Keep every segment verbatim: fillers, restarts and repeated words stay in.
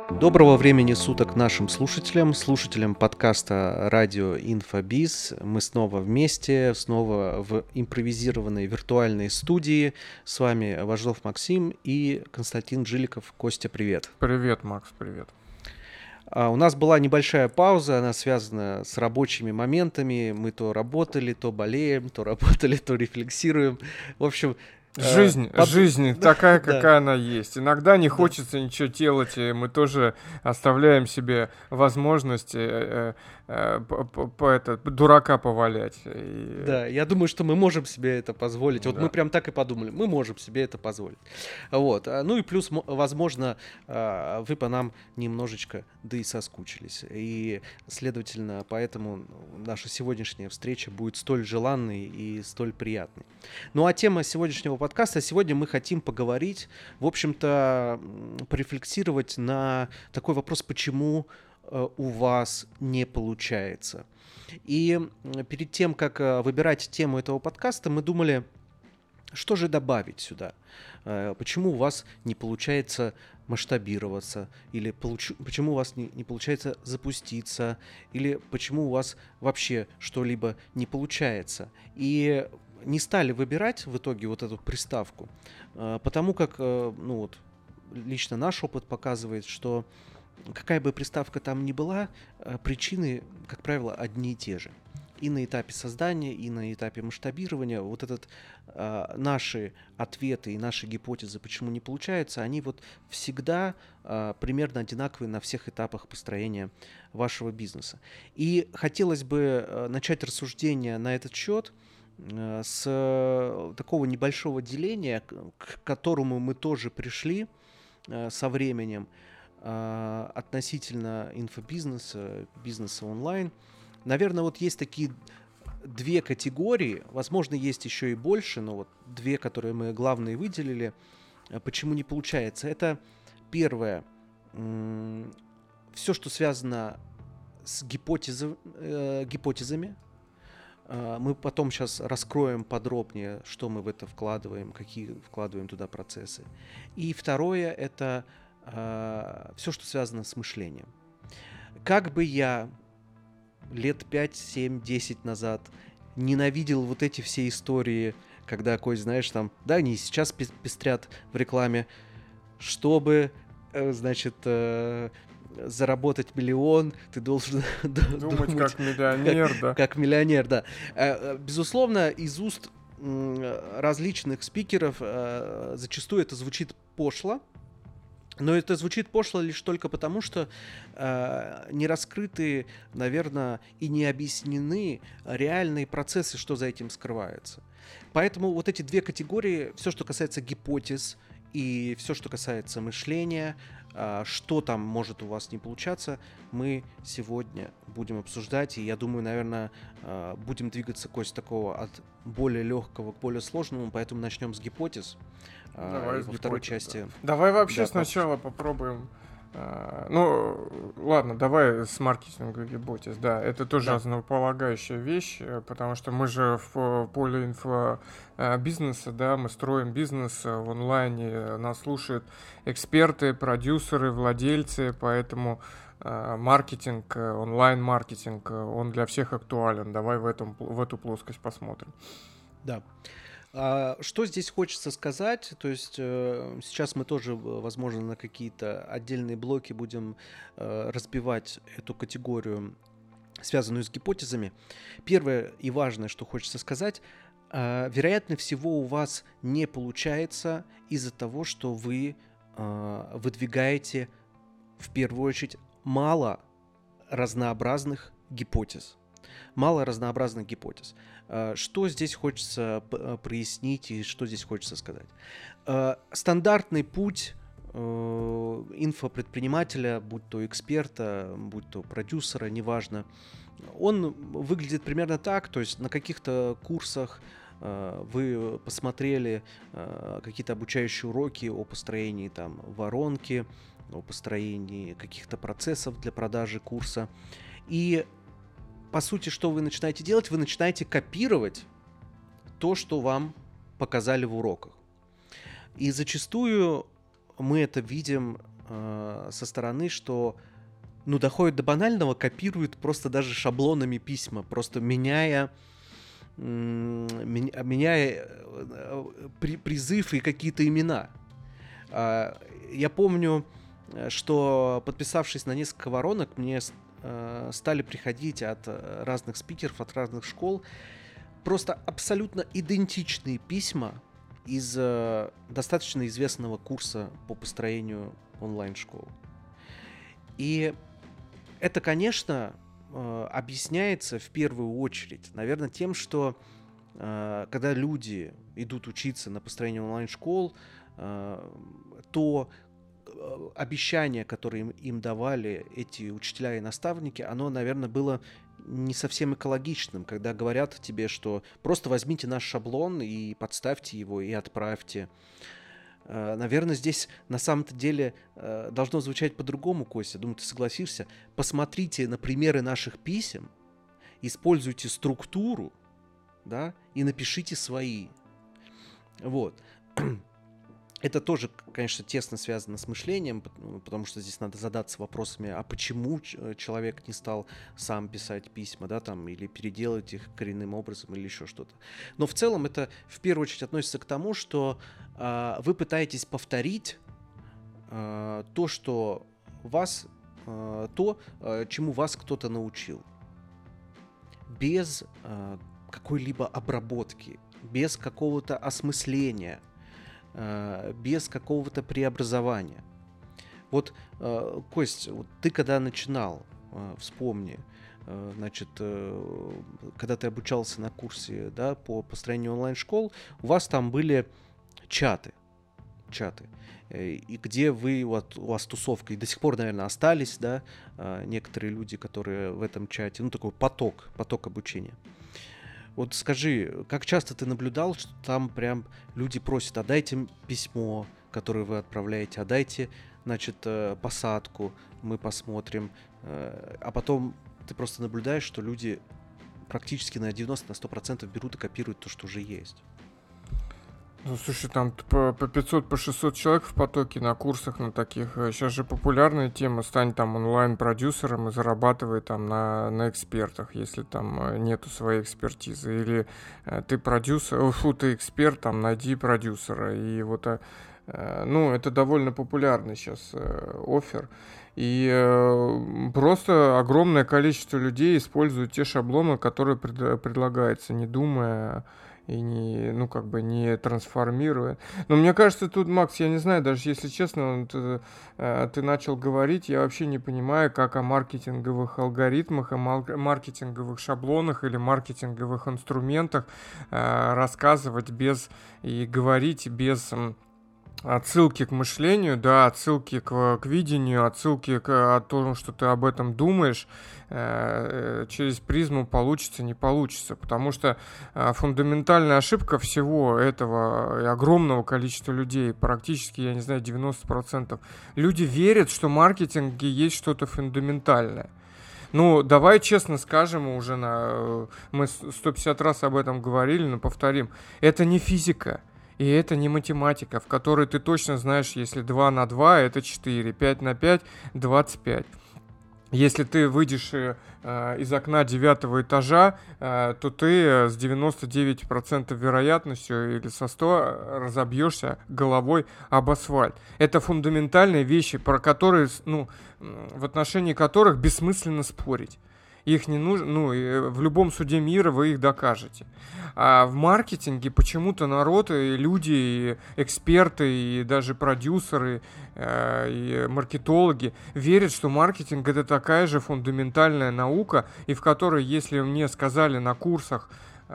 Доброго времени суток нашим слушателям, слушателям подкаста «Радио Инфобиз». Мы снова вместе, снова в импровизированной виртуальной студии. С вами Вождов Максим и Константин Жиликов. Костя, привет. Привет, Макс, привет. А, у нас была небольшая пауза, она связана с рабочими моментами. Мы то работали, то болеем, то работали, то рефлексируем. В общем... Жизнь, Под... жизнь такая, какая да. она есть. Иногда не хочется да. ничего делать, и мы тоже оставляем себе возможность э, э, по, по, по это, дурака повалять. И... Да, я думаю, что мы можем себе это позволить. Вот да. мы прям так и подумали, мы можем себе это позволить. Вот. Ну и плюс, возможно, вы по нам немножечко, да и соскучились. И, следовательно, поэтому наша сегодняшняя встреча будет столь желанной и столь приятной. Ну а тема сегодняшнего подкаста. Сегодня мы хотим поговорить, в общем-то, порефлексировать на такой вопрос, почему э, у вас не получается. И перед тем, как выбирать тему этого подкаста, мы думали, что же добавить сюда. Э, почему у вас не получается масштабироваться, или получ... почему у вас не, не получается запуститься, или почему у вас вообще что-либо не получается. И не стали выбирать в итоге вот эту приставку, потому как, ну вот, лично наш опыт показывает, что какая бы приставка там ни была, причины, как правило, одни и те же. И на этапе создания, и на этапе масштабирования вот этот а, наши ответы и наши гипотезы, почему не получается, они вот всегда а, примерно одинаковые на всех этапах построения вашего бизнеса. И хотелось бы а, начать рассуждение на этот счет с такого небольшого деления, к которому мы тоже пришли со временем относительно инфобизнеса, бизнеса онлайн. Наверное, вот есть такие две категории, возможно, есть еще и больше, но вот две, которые мы главные выделили, почему не получается. Это первое, все, что связано с гипотезами, гипотезами. Мы потом сейчас раскроем подробнее, что мы в это вкладываем, какие вкладываем туда процессы. И второе — это э, все, что связано с мышлением. Как бы я лет пять, семь, десять назад ненавидел вот эти все истории, когда, Кость, знаешь, там, да, они сейчас пестрят в рекламе, чтобы, э, значит... Э, заработать миллион, ты должен думать, думать как миллионер, как, да. Как миллионер, да. Безусловно, из уст различных спикеров зачастую это звучит пошло, но это звучит пошло лишь только потому, что не раскрыты, наверное, и не объяснены реальные процессы, что за этим скрывается. Поэтому вот эти две категории, все, что касается гипотез, и все, что касается мышления, что там может у вас не получаться, мы сегодня будем обсуждать. И я думаю, наверное, будем двигаться, Кость, такого от более легкого к более сложному, поэтому начнем с гипотез. Давай и с во гипотез, второй части... Да. Давай вообще да, сначала по... попробуем... Uh, ну, ладно, давай с маркетинга гипотез. Да, это тоже да. основополагающая вещь, потому что мы же в поле инфобизнеса, да, мы строим бизнес в онлайне, нас слушают эксперты, продюсеры, владельцы, поэтому uh, маркетинг, онлайн-маркетинг, он для всех актуален. Давай в, этом, в эту плоскость посмотрим. Да. Что здесь хочется сказать, то есть э, сейчас мы тоже, возможно, на какие-то отдельные блоки будем э, разбивать эту категорию, связанную с гипотезами. Первое и важное, что хочется сказать, э, вероятно всего у вас не получается из-за того, что вы э, выдвигаете в первую очередь мало разнообразных гипотез. Мало разнообразных гипотез. Что здесь хочется прояснить и что здесь хочется сказать? Стандартный путь инфопредпринимателя, будь то эксперта, будь то продюсера, неважно, он выглядит примерно так, то есть на каких-то курсах вы посмотрели какие-то обучающие уроки о построении там воронки, о построении каких-то процессов для продажи курса, и по сути, что вы начинаете делать? Вы начинаете копировать то, что вам показали в уроках. И зачастую мы это видим э, со стороны, что ну, доходит до банального, копируют просто даже шаблонами письма, просто меняя, меняя при, призыв и какие-то имена. Я помню, что, подписавшись на несколько воронок, мне стали приходить от разных спикеров, от разных школ просто абсолютно идентичные письма из достаточно известного курса по построению онлайн-школ. И это, конечно, объясняется в первую очередь, наверное, тем, что когда люди идут учиться на построение онлайн-школ, то обещание, которое им, им давали эти учителя и наставники, оно, наверное, было не совсем экологичным, когда говорят тебе, что просто возьмите наш шаблон и подставьте его и отправьте. Наверное, здесь на самом-то деле должно звучать по-другому, Костя. Думаю, ты согласишься. Посмотрите на примеры наших писем, используйте структуру, да, и напишите свои. Вот. Это тоже, конечно, тесно связано с мышлением, потому что здесь надо задаться вопросами, а почему человек не стал сам писать письма, да, там, или переделать их коренным образом, или еще что-то. Но в целом это в первую очередь относится к тому, что э, вы пытаетесь повторить э, то, что вас, э, то, э, чему вас кто-то научил, без э, какой-либо обработки, без какого-то осмысления, без какого-то преобразования. Вот, Кость, вот ты когда начинал, вспомни, значит, когда ты обучался на курсе, да, по построению онлайн-школ, у вас там были чаты, чаты, и где вы, вот, у вас тусовка, и до сих пор, наверное, остались, да, некоторые люди, которые в этом чате, ну, такой поток, поток обучения. Вот скажи, как часто ты наблюдал, что там прям люди просят, а дайте письмо, которое вы отправляете, а дайте, значит, посадку, мы посмотрим. А потом ты просто наблюдаешь, что люди практически на девяносто - сто процентов берут и копируют то, что уже есть. Ну, слушай, там по, по пятьсот, по шестьсот человек в потоке на курсах на таких. Сейчас же популярная тема, стань там онлайн-продюсером и зарабатывай там на, на экспертах, если там нету своей экспертизы. Или э, ты продюсер, фу, ты эксперт, там, найди продюсера. И вот, э, ну, это довольно популярный сейчас э, оффер. И э, просто огромное количество людей используют те шаблоны, которые пред, предлагаются, не думая и не, ну, как бы не трансформируя. Но мне кажется, тут, Макс, я не знаю, даже если честно, ты, ты начал говорить, я вообще не понимаю, как о маркетинговых алгоритмах, о маркетинговых шаблонах или маркетинговых инструментах э, рассказывать без и говорить без отсылки к мышлению, да, отсылки к, к видению, отсылки к о том, что ты об этом думаешь, э, через призму получится, не получится, потому что э, фундаментальная ошибка всего этого огромного количества людей, практически, я не знаю, девяносто процентов, люди верят, что в маркетинге есть что-то фундаментальное. Ну, давай честно скажем, уже на, мы сто пятьдесят раз об этом говорили, но повторим, это не физика. И это не математика, в которой ты точно знаешь, если два на два это четыре, пять на пять двадцать пять. Если ты выйдешь э, из окна девятого этажа, э, то ты с девяносто девять процентов вероятностью или со ста разобьешься головой об асфальт. Это фундаментальные вещи, про которые, ну, в отношении которых бессмысленно спорить. Их не нужно, ну, в любом суде мира вы их докажете. А в маркетинге почему-то народ, и люди, и эксперты, и даже продюсеры, и маркетологи верят, что маркетинг — это такая же фундаментальная наука, и в которой, если мне сказали на курсах,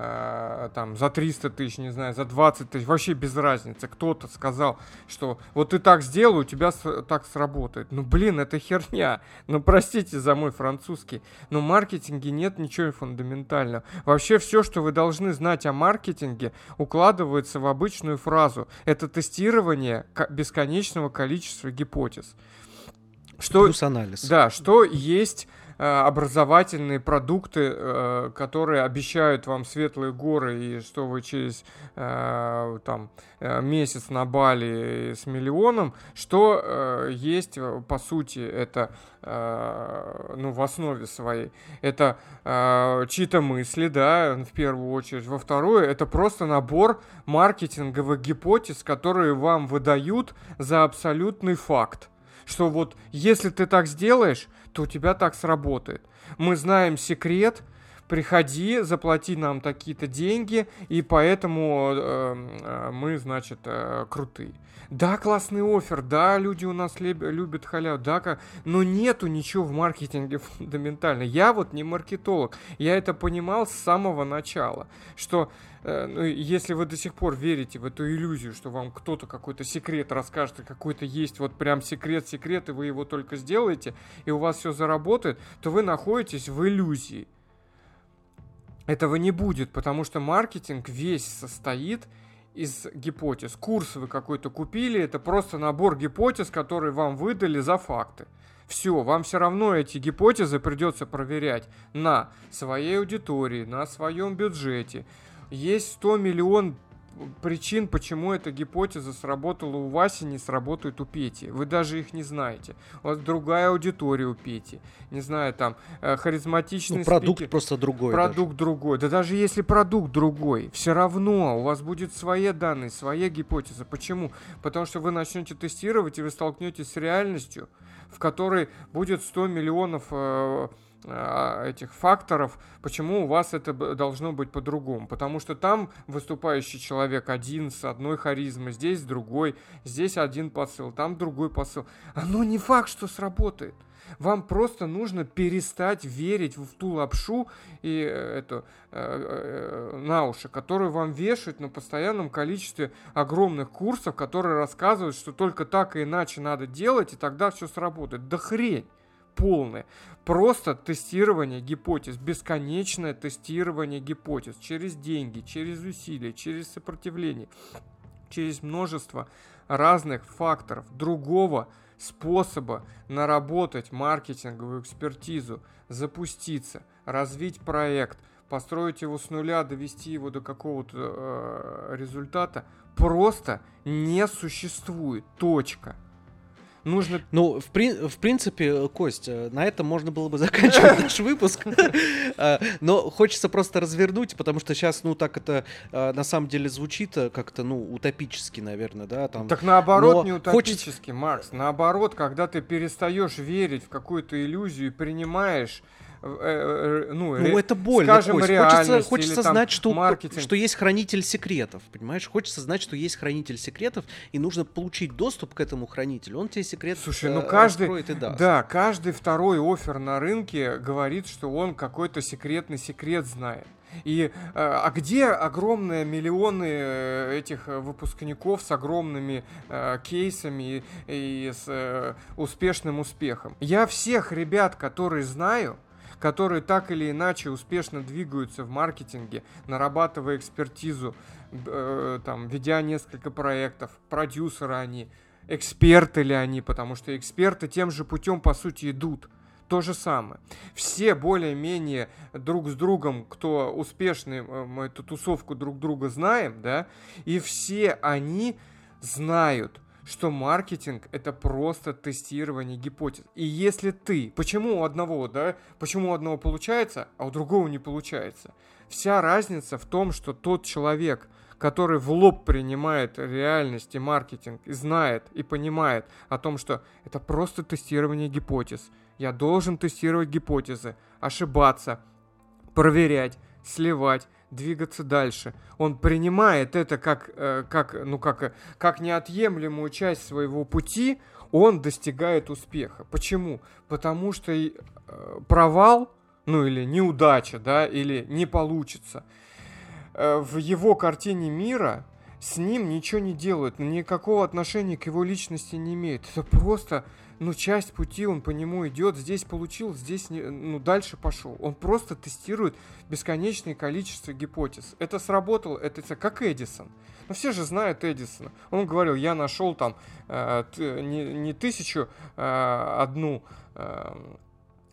там, за триста тысяч, не знаю, за двадцать тысяч, вообще без разницы, кто-то сказал, что вот ты так сделай, у тебя с- так сработает. Ну, блин, это херня. Ну, простите за мой французский, но в маркетинге нет ничего фундаментального. Вообще все, что вы должны знать о маркетинге, укладывается в обычную фразу. Это тестирование бесконечного количества гипотез. Что, плюс анализ. Да, что есть... образовательные продукты, которые обещают вам светлые горы, и что вы через там месяц на Бали с миллионом, что есть, по сути, это ну, в основе своей. Это э, чьи-то мысли, да, в первую очередь. Во вторую, это просто набор маркетинговых гипотез, которые вам выдают за абсолютный факт. Что вот, если ты так сделаешь, то у тебя так сработает. Мы знаем секрет, приходи, заплати нам такие-то деньги, и поэтому э, мы, значит, э, крутые. Да, классный оффер, да, люди у нас леб- любят халяву, да, но нету ничего в маркетинге фундаментально. Я вот не маркетолог, я это понимал с самого начала, что э, ну, если вы до сих пор верите в эту иллюзию, что вам кто-то какой-то секрет расскажет, и какой-то есть вот прям секрет-секрет, и вы его только сделаете, и у вас все заработает, то вы находитесь в иллюзии. Этого не будет, потому что маркетинг весь состоит из гипотез. Курс вы какой-то купили, это просто набор гипотез, которые вам выдали за факты. Все, вам все равно эти гипотезы придется проверять на своей аудитории, на своем бюджете. Есть сто миллион причин, почему эта гипотеза сработала у Васи, не сработает у Пети. Вы даже их не знаете. У вас другая аудитория у Пети. Не знаю, там, э, харизматичный ну, продукт спикер. просто другой. Продукт даже. другой. Да даже если продукт другой, все равно у вас будет свои данные, своя гипотеза. Почему? Потому что вы начнете тестировать, и вы столкнетесь с реальностью, в которой будет сто миллионов э, этих факторов, почему у вас это должно быть по-другому. Потому что там выступающий человек один с одной харизмой, здесь другой, здесь один посыл, там другой посыл. Оно не факт, что сработает. Вам просто нужно перестать верить в ту лапшу и эту, э, э, на уши, которую вам вешают на постоянном количестве огромных курсов, которые рассказывают, что только так и иначе надо делать, и тогда все сработает. Да хрень полное. Просто тестирование гипотез, бесконечное тестирование гипотез через деньги, через усилия, через сопротивление, через множество разных факторов. Другого способа наработать маркетинговую экспертизу, запуститься, развить проект, построить его с нуля, довести его до какого-то э, результата просто не существует. Точка. Нужно... Ну, в, при... в принципе, Кость, на этом можно было бы заканчивать наш выпуск. Но хочется просто развернуть, потому что сейчас, ну, так это на самом деле звучит как-то, ну, утопически, наверное, да? Там. Так наоборот, Но не утопически, хочется... Макс. Наоборот, когда ты перестаешь верить в какую-то иллюзию и принимаешь ну, ну это больно, скажем, хочется, хочется или, знать, что, что есть хранитель секретов, понимаешь? Хочется знать, что есть хранитель секретов, и нужно получить доступ к этому хранителю. Он тебе секрет Слушай, ну каждый, раскроет и даст. Да, каждый второй оффер на рынке говорит, что он какой-то секретный секрет знает. И а где огромные миллионы этих выпускников с огромными э, кейсами и, и с э, успешным успехом? Я всех ребят, которые знаю, которые так или иначе успешно двигаются в маркетинге, нарабатывая экспертизу, э, там, ведя несколько проектов, продюсеры они, эксперты ли они, потому что эксперты тем же путем, по сути, идут. То же самое. Все более-менее друг с другом, кто успешный, мы эту тусовку друг друга знаем, да, и все они знают, что маркетинг — это просто тестирование гипотез. И если ты... Почему у одного, да, почему у одного получается, а у другого не получается? Вся разница в том, что тот человек, который в лоб принимает реальность и маркетинг, и знает, и понимает о том, что это просто тестирование гипотез. Я должен тестировать гипотезы, ошибаться, проверять, сливать, двигаться дальше. Он принимает это как, э, как, ну, как, как неотъемлемую часть своего пути, он достигает успеха. Почему? Потому что э, провал, ну или неудача, да, или не получится, э, в его картине мира с ним ничего не делают, никакого отношения к его личности не имеет. Это просто... Ну, часть пути он по нему идет, здесь получил, здесь не, ну, дальше пошел. Он просто тестирует бесконечное количество гипотез. Это сработало, это как Эдисон. Ну, все же знают Эдисона. Он говорил, я нашел там э, т, не, не тысячу, э, одну э,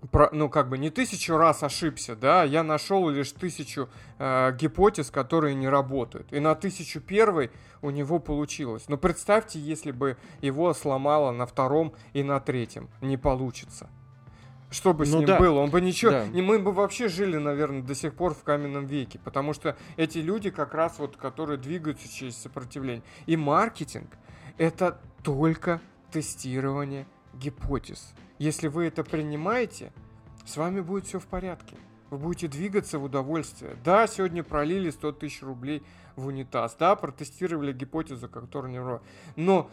про, ну, как бы не тысячу раз ошибся, да, я нашел лишь тысячу э, гипотез, которые не работают. И на тысячу первой у него получилось. Но представьте, если бы его сломало на втором и на третьем. Не получится. Что бы с Ну ним да, было? Он бы ничего... да. Не, мы бы вообще жили, наверное, до сих пор в каменном веке. Потому что эти люди как раз вот, которые двигаются через сопротивление. И маркетинг — это только тестирование гипотез. Если вы это принимаете, с вами будет все в порядке. Вы будете двигаться в удовольствие. Да, сегодня пролили сто тысяч рублей в унитаз. Да, протестировали гипотезу, которая не работает. Но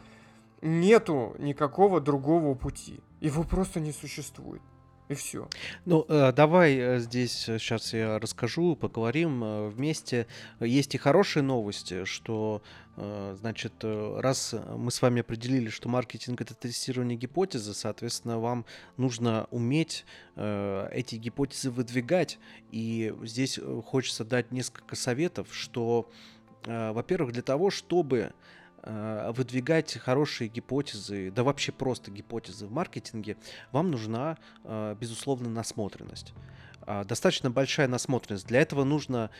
нету никакого другого пути. Его просто не существует. И все. Ну, э, давай э, здесь сейчас я расскажу, поговорим э, вместе. Есть и хорошие новости, что, э, значит, э, раз мы с вами определили, что маркетинг — это тестирование гипотезы, соответственно, вам нужно уметь э, эти гипотезы выдвигать. И здесь э, хочется дать несколько советов, что, э, во-первых, для того, чтобы э, выдвигать хорошие гипотезы, да вообще просто гипотезы в маркетинге, вам нужна, э, безусловно, насмотренность. А, Достаточно большая насмотренность. Для этого нужно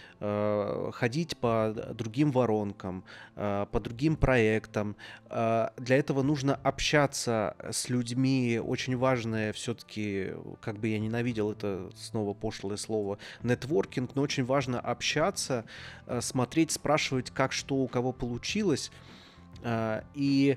э, ходить по другим воронкам, э, по другим проектам. Э, для этого нужно общаться с людьми. Очень важное все-таки, как бы я ненавидел это снова пошлое слово, нетворкинг, но очень важно общаться, э, смотреть, спрашивать, как что у кого получилось. А, И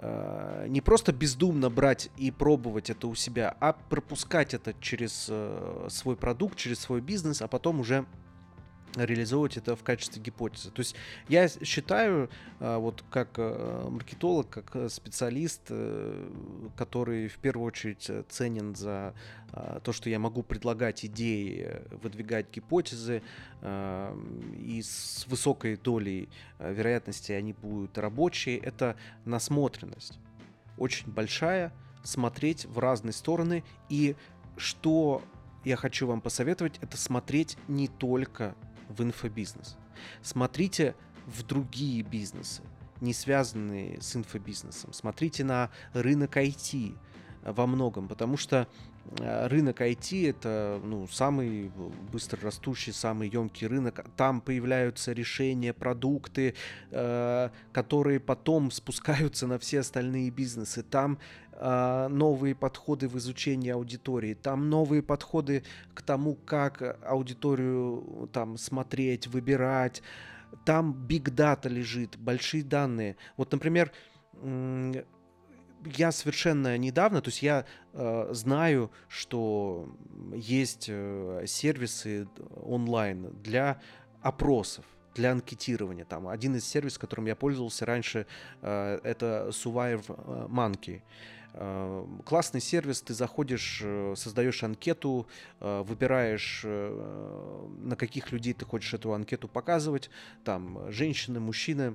э, не просто бездумно брать и пробовать это у себя, а пропускать это через э, свой продукт, через свой бизнес, а потом уже реализовывать это в качестве гипотезы. То есть я с- считаю, а, вот как э, маркетолог, как э, специалист, э, который в первую очередь э, ценен за а, то, что я могу предлагать идеи, э, выдвигать гипотезы, а, и с высокой долей э, вероятности они будут рабочие, это насмотренность. Очень большая, смотреть в разные стороны. И что я хочу вам посоветовать, это смотреть не только в инфобизнес. Смотрите в другие бизнесы, не связанные с инфобизнесом. Смотрите на рынок ай ти во многом, потому что э, рынок ай ти — это, ну, самый быстро растущий, самый емкий рынок. Там появляются решения, продукты, э, которые потом спускаются на все остальные бизнесы. Там э, новые подходы в изучении аудитории, там новые подходы к тому, как аудиторию там смотреть, выбирать. Там big data лежит, большие данные. Вот, например, м, я совершенно недавно, то есть я э, знаю, что есть э, сервисы онлайн для опросов, для анкетирования. Там один из сервисов, которым я пользовался раньше, э, это Survivor э, Monkey. Э, Классный сервис, ты заходишь, э, создаешь анкету, э, выбираешь, э, на каких людей ты хочешь эту анкету показывать, там женщины, мужчины,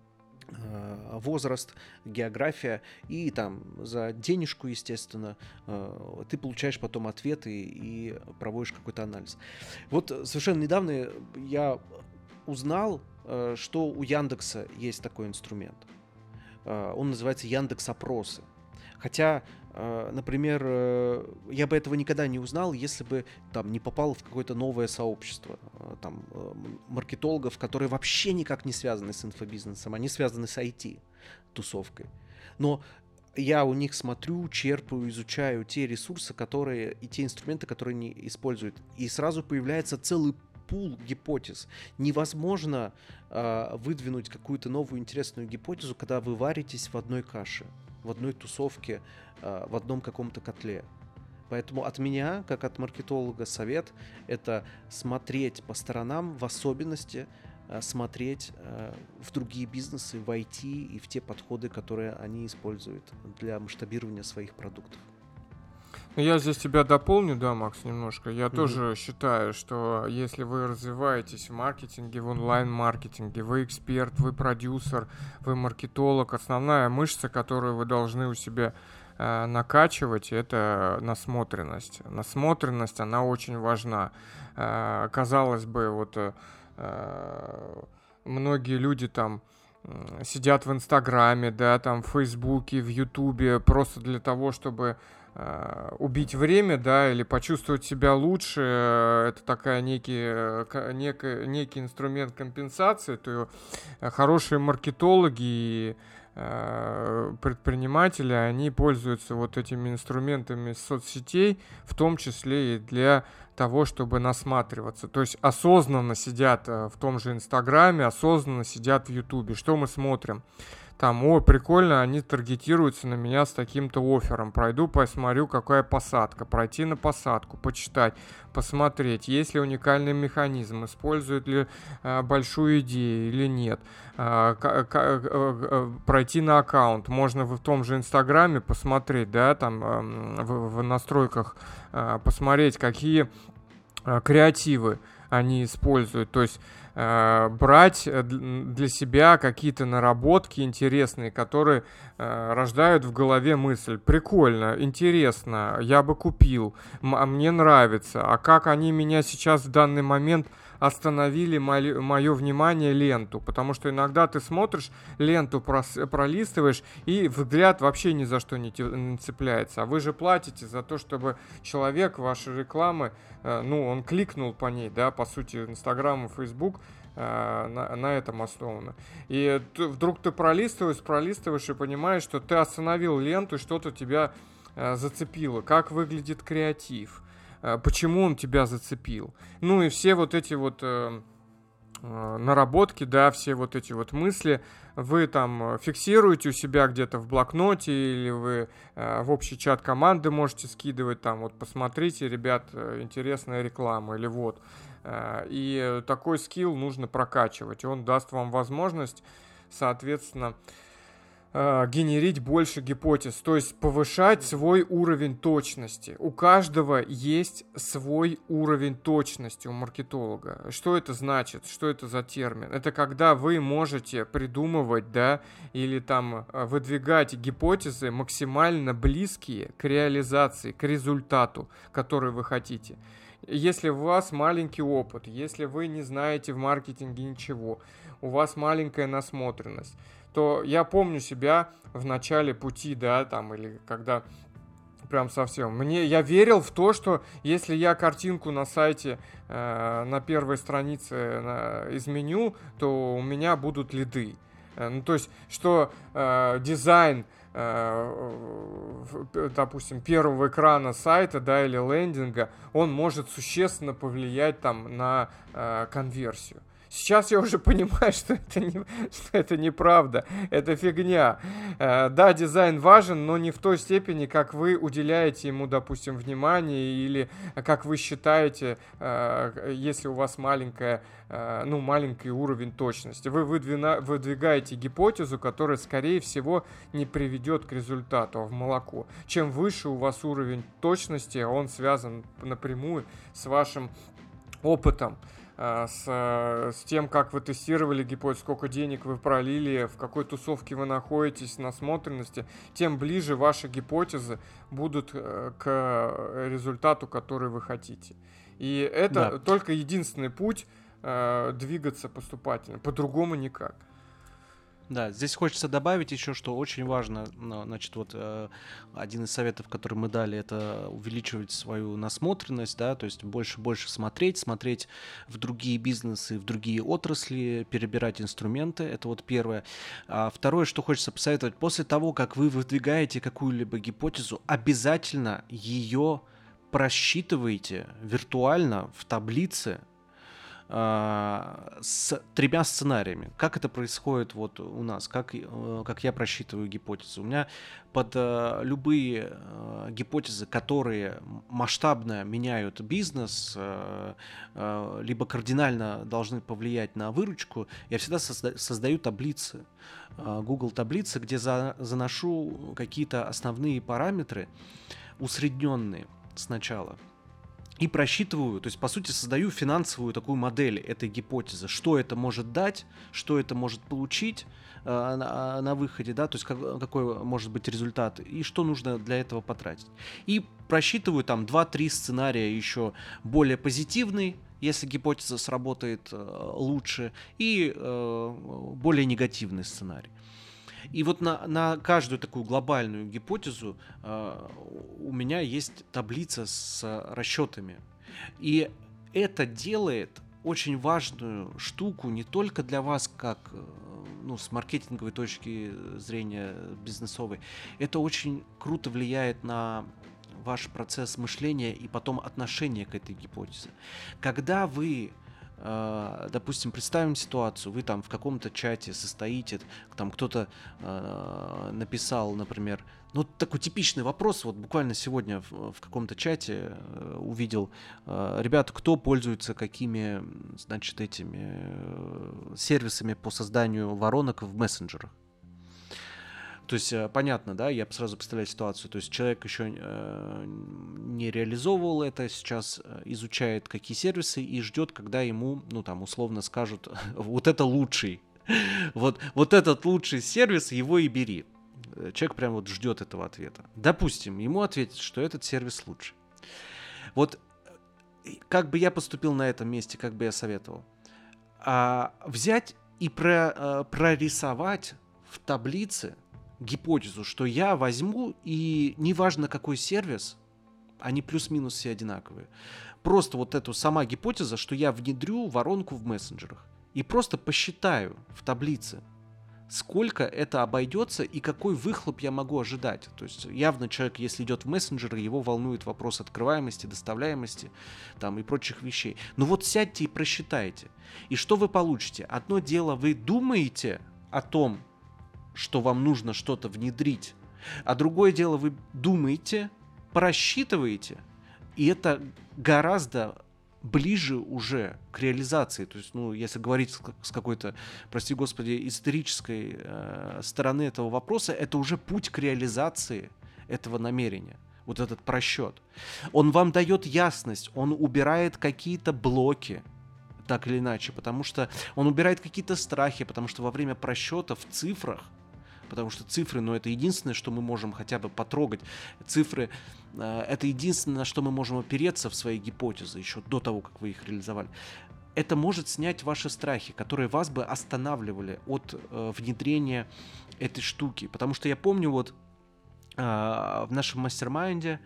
э, возраст, география, и там за денежку, естественно, э, ты получаешь потом ответы и проводишь какой-то анализ. Вот э, совершенно недавно я узнал, э, что у Яндекса есть такой инструмент. Э, Он называется Яндекс Опросы. Хотя, э, например, э, я бы этого никогда не узнал, если бы там не попал в какое-то новое сообщество э, там э, м- маркетологов, которые вообще никак не связаны с инфобизнесом, они связаны с ай ти-тусовкой. Но я у них смотрю, черпаю, изучаю те ресурсы, которые и те инструменты, которые они используют. И сразу появляется целый пул гипотез. Невозможно э, выдвинуть какую-то новую интересную гипотезу, когда вы варитесь в одной каше, в одной тусовке, э, в одном каком-то котле. Поэтому от меня, как от маркетолога, совет — это смотреть по сторонам, в особенности э, смотреть э, в другие бизнесы, в ай ти и в те подходы, которые они используют для масштабирования своих продуктов. Ну, я здесь тебя дополню, да, Макс, немножко. Я Мгм. тоже считаю, что если вы развиваетесь в маркетинге, в онлайн-маркетинге, вы эксперт, вы продюсер, вы маркетолог, основная мышца, которую вы должны у себя э, накачивать, это насмотренность. Насмотренность, она очень важна. Э, казалось бы, вот э, э, многие люди там сидят в Инстаграме, да, там, в Фейсбуке, в Ютубе, просто для того, чтобы э, убить время, да, или почувствовать себя лучше. Это такая некий, некий, некий инструмент компенсации, то хорошие маркетологи и предприниматели, они пользуются вот этими инструментами соцсетей, в том числе и для того, чтобы насматриваться. То есть осознанно сидят в том же Инстаграме, осознанно сидят в Ютубе. Что мы смотрим? Там, о, прикольно, они таргетируются на меня с таким-то оффером. Пройду, посмотрю, какая посадка. Пройти на посадку, почитать, посмотреть, есть ли уникальный механизм, используют ли а, большую идею или нет. А, к- к- а, пройти на аккаунт. Можно в том же Инстаграме посмотреть, да, там а, в, в настройках а, посмотреть, какие а, креативы они используют. То есть брать для себя какие-то наработки интересные, которые э, рождают в голове мысль: прикольно, интересно, я бы купил, а мне нравится, а как они меня сейчас в данный момент остановили мое, мое внимание ленту, потому что иногда ты смотришь ленту, прос, пролистываешь, и взгляд вообще ни за что не, те, не цепляется, а вы же платите за то, чтобы человек вашей рекламы, э, ну, он кликнул по ней, да, по сути, Инстаграм и Фейсбук На, на этом основано. И ты, вдруг ты пролистываешь, пролистываешь и понимаешь, что ты остановил ленту, и что-то тебя э, зацепило. Как выглядит креатив? Э, почему он тебя зацепил? Ну и все вот эти вот э, э, наработки, да, все вот эти вот мысли вы там фиксируете у себя где-то в блокноте, или вы э, в общий чат команды можете скидывать, там, вот, посмотрите, ребят, интересная реклама, или вот. И такой скилл нужно прокачивать. Он даст вам возможность, соответственно, генерить больше гипотез, то есть повышать свой уровень точности. У каждого есть свой уровень точности у маркетолога. Что это значит? Что это за термин? Это когда вы можете придумывать, да, или там выдвигать гипотезы максимально близкие к реализации, к результату, который вы хотите. Если у вас маленький опыт, если вы не знаете в маркетинге ничего, у вас маленькая насмотренность, то я помню себя в начале пути, да, там, или когда прям совсем. Мне, я верил в то, что если я картинку на сайте э, на первой странице э, изменю, то у меня будут лиды. Э, ну, то есть, что э, дизайн, допустим, первого экрана сайта, да, или лендинга, он может существенно повлиять там на э, конверсию. Сейчас я уже понимаю, что это, не, что это неправда, это фигня. Э, да, дизайн важен, но не в той степени, как вы уделяете ему, допустим, внимание, или как вы считаете, э, если у вас маленькая, э, ну, маленький уровень точности. Вы выдвина, выдвигаете гипотезу, которая, скорее всего, не приведет к результату, а в молоко. Чем выше у вас уровень точности, он связан напрямую с вашим опытом, С, с тем, как вы тестировали гипотезу, сколько денег вы пролили, в какой тусовке вы находитесь, насмотренности, тем ближе ваши гипотезы будут к результату, который вы хотите. И это да. только единственный путь э, двигаться поступательно, по-другому никак. Да, здесь хочется добавить еще, что очень важно, значит, вот один из советов, который мы дали, это увеличивать свою насмотренность, да, то есть больше-больше смотреть, смотреть в другие бизнесы, в другие отрасли, перебирать инструменты, это вот первое. А второе, что хочется посоветовать, после того, как вы выдвигаете какую-либо гипотезу, обязательно ее просчитывайте виртуально в таблице, с тремя сценариями. Как это происходит вот у нас, как, как я просчитываю гипотезы. У меня под э, любые э, гипотезы, которые масштабно меняют бизнес, э, э, либо кардинально должны повлиять на выручку, я всегда созда- создаю таблицы, э, Google таблицы, где за- заношу какие-то основные параметры, усредненные сначала. И просчитываю, то есть, по сути, создаю финансовую такую модель этой гипотезы. Что это может дать, что это может получить э, на, на выходе, да, то есть, как, какой может быть результат, и что нужно для этого потратить. И просчитываю там два-три сценария еще более позитивный, если гипотеза сработает э, лучше, и э, более негативный сценарий. И вот на, на каждую такую глобальную гипотезу э, у меня есть таблица с расчетами. И это делает очень важную штуку не только для вас, как ну, с маркетинговой точки зрения бизнесовой. Это очень круто влияет на ваш процесс мышления и потом отношение к этой гипотезе. Когда вы, э, допустим, представим ситуацию, вы там в каком-то чате состоите, там кто-то э, написал, например, ну, такой типичный вопрос, вот буквально сегодня в, в каком-то чате э, увидел, э, ребята, кто пользуется какими, значит, этими э, сервисами по созданию воронок в мессенджерах. То есть, понятно, да, я сразу представляю ситуацию, то есть человек еще э, не реализовывал это, сейчас изучает какие сервисы и ждет, когда ему, ну, там, условно скажут, вот это лучший, вот, вот этот лучший сервис, его и бери. Человек прям вот ждет этого ответа. Допустим, ему ответят, что этот сервис лучше. Вот как бы я поступил на этом месте, как бы я советовал? А, взять и про, а, прорисовать в таблице гипотезу, что я возьму, и неважно какой сервис, они плюс-минус все одинаковые. Просто вот эту сама гипотеза, что я внедрю воронку в мессенджерах. И просто посчитаю в таблице, сколько это обойдется и какой выхлоп я могу ожидать. То есть явно человек, если идет в мессенджеры, его волнует вопрос открываемости, доставляемости там, и прочих вещей. Но вот сядьте и просчитайте. И что вы получите? Одно дело, вы думаете о том, что вам нужно что-то внедрить, а другое дело, вы думаете, просчитываете, и это гораздо ближе уже к реализации. То есть, ну, если говорить с какой-то, прости господи, исторической э, стороны этого вопроса, это уже путь к реализации этого намерения. Вот этот просчет. Он вам дает ясность, он убирает какие-то блоки, так или иначе, потому что он убирает какие-то страхи, потому что во время просчета в цифрах, потому что цифры, ну, это единственное, что мы можем хотя бы потрогать. Цифры э, — это единственное, на что мы можем опереться в своей гипотезе еще до того, как вы их реализовали. Это может снять ваши страхи, которые вас бы останавливали от э, внедрения этой штуки. Потому что я помню, вот э, в нашем мастер-майнде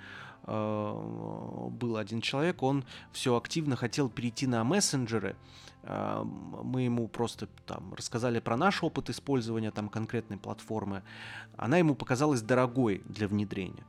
э, был один человек, он все активно хотел перейти на мессенджеры. Мы ему просто там рассказали про наш опыт использования там конкретной платформы. Она ему показалась дорогой для внедрения.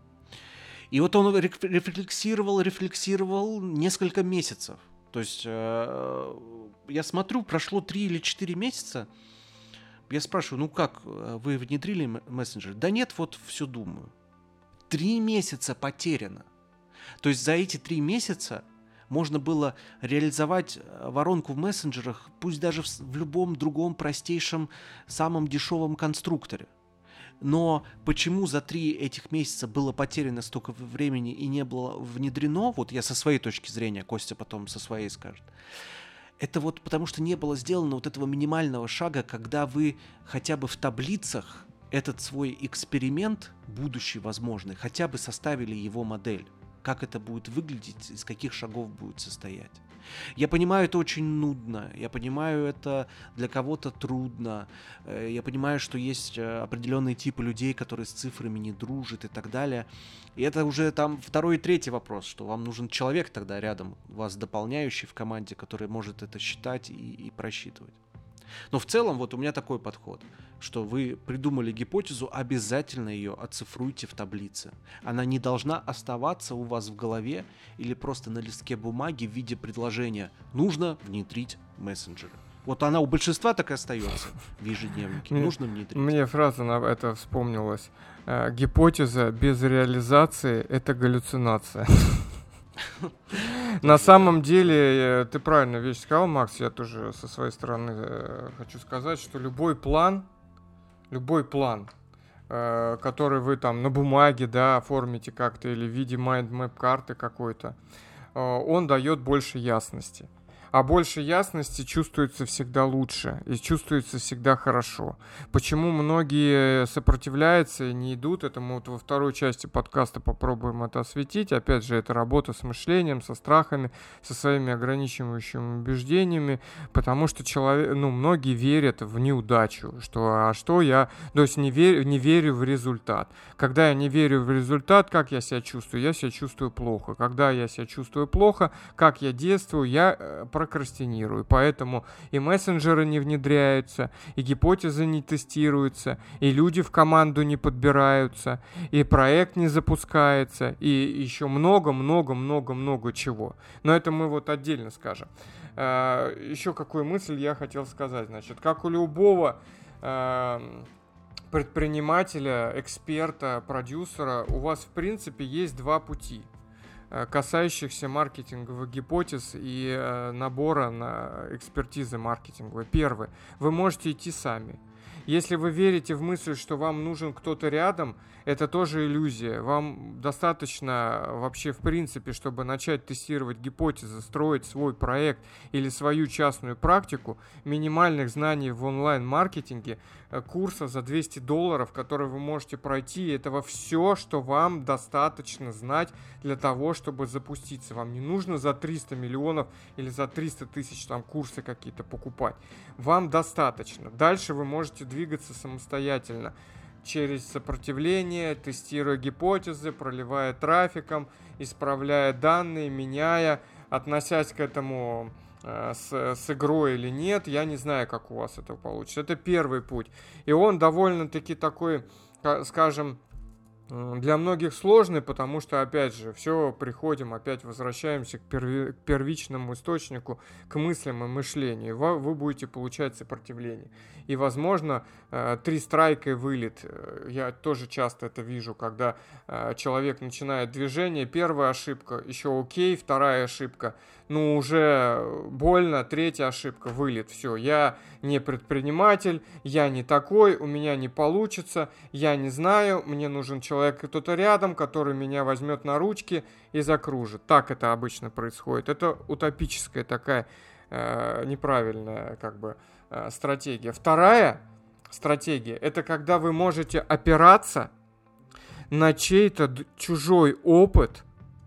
И вот он рефлексировал, рефлексировал несколько месяцев. То есть э, я смотрю, прошло три или четыре месяца. Я спрашиваю, ну как, вы внедрили мессенджер? Да нет, вот все думаю. Три месяца потеряно. То есть за эти три месяца можно было реализовать воронку в мессенджерах, пусть даже в, в любом другом простейшем, самом дешевом конструкторе. Но почему за три этих месяца было потеряно столько времени и не было внедрено, вот я со своей точки зрения, Костя потом со своей скажет, это вот потому что не было сделано вот этого минимального шага, когда вы хотя бы в таблицах этот свой эксперимент, будущий возможный, хотя бы составили его модель. Как это будет выглядеть, из каких шагов будет состоять. Я понимаю, это очень нудно, я понимаю, это для кого-то трудно, я понимаю, что есть определенные типы людей, которые с цифрами не дружат и так далее. И это уже там второй и третий вопрос, что вам нужен человек тогда рядом, вас дополняющий в команде, который может это считать и, и просчитывать. Но в целом вот у меня такой подход, что вы придумали гипотезу, обязательно ее оцифруйте в таблице. Она не должна оставаться у вас в голове или просто на листке бумаги в виде предложения «нужно внедрить мессенджеры». Вот она у большинства так и остается в ежедневнике. Мне, нужно внедрить. Мне фраза на это вспомнилась. Гипотеза без реализации — это галлюцинация. На самом деле, ты правильную вещь сказал, Макс, я тоже со своей стороны хочу сказать, что любой план, любой план, который вы там на бумаге, да, оформите как-то или в виде майндмэп карты какой-то, он дает больше ясности. А больше ясности чувствуется всегда лучше и чувствуется всегда хорошо. Почему многие сопротивляются и не идут, это мы вот во второй части подкаста попробуем это осветить. Опять же, это работа с мышлением, со страхами, со своими ограничивающими убеждениями, потому что человек, ну, многие верят в неудачу, что, а что я, то есть не верю, не верю в результат. Когда я не верю в результат, как я себя чувствую? Я себя чувствую плохо. Когда я себя чувствую плохо, как я действую? Я э, прокрастинирую. Поэтому и мессенджеры не внедряются, и гипотезы не тестируются, и люди в команду не подбираются, и проект не запускается, и еще много-много-много-много чего. Но это мы вот отдельно скажем. Э, еще какую мысль я хотел сказать. Значит, как у любого э, предпринимателя, эксперта, продюсера, у вас в принципе есть два пути, касающихся маркетинговых гипотез и э, набора на экспертизы маркетинговой. Первый. Вы можете идти сами. Если вы верите в мысль, что вам нужен кто-то рядом, это тоже иллюзия. Вам достаточно вообще в принципе, чтобы начать тестировать гипотезы, строить свой проект или свою частную практику, минимальных знаний в онлайн-маркетинге, курса за двести долларов, которые вы можете пройти. Этого все, что вам достаточно знать для того, чтобы запуститься. Вам не нужно за триста миллионов или за триста тысяч там курсы какие-то покупать. Вам достаточно. Дальше вы можете двигаться самостоятельно через сопротивление, тестируя гипотезы, проливая трафиком, исправляя данные, меняя, относясь к этому э, с, с игрой или нет. Я не знаю, как у вас это получится. Это первый путь. И он довольно-таки такой, скажем, для многих сложный, потому что, опять же, все приходим, опять возвращаемся к, перви, к первичному источнику, к мыслям и мышлению. Вы, вы будете получать сопротивление. И, возможно, три страйка и вылет. Я тоже часто это вижу, когда человек начинает движение. Первая ошибка, еще окей, вторая ошибка, ну, уже больно, третья ошибка, вылет. Все, я не предприниматель, я не такой, у меня не получится, я не знаю, мне нужен человек, кто-то рядом, который меня возьмет на ручки и закружит. Так это обычно происходит. Это утопическая такая э, неправильная как бы э, стратегия. Вторая стратегия – это когда вы можете опираться на чей-то чужой опыт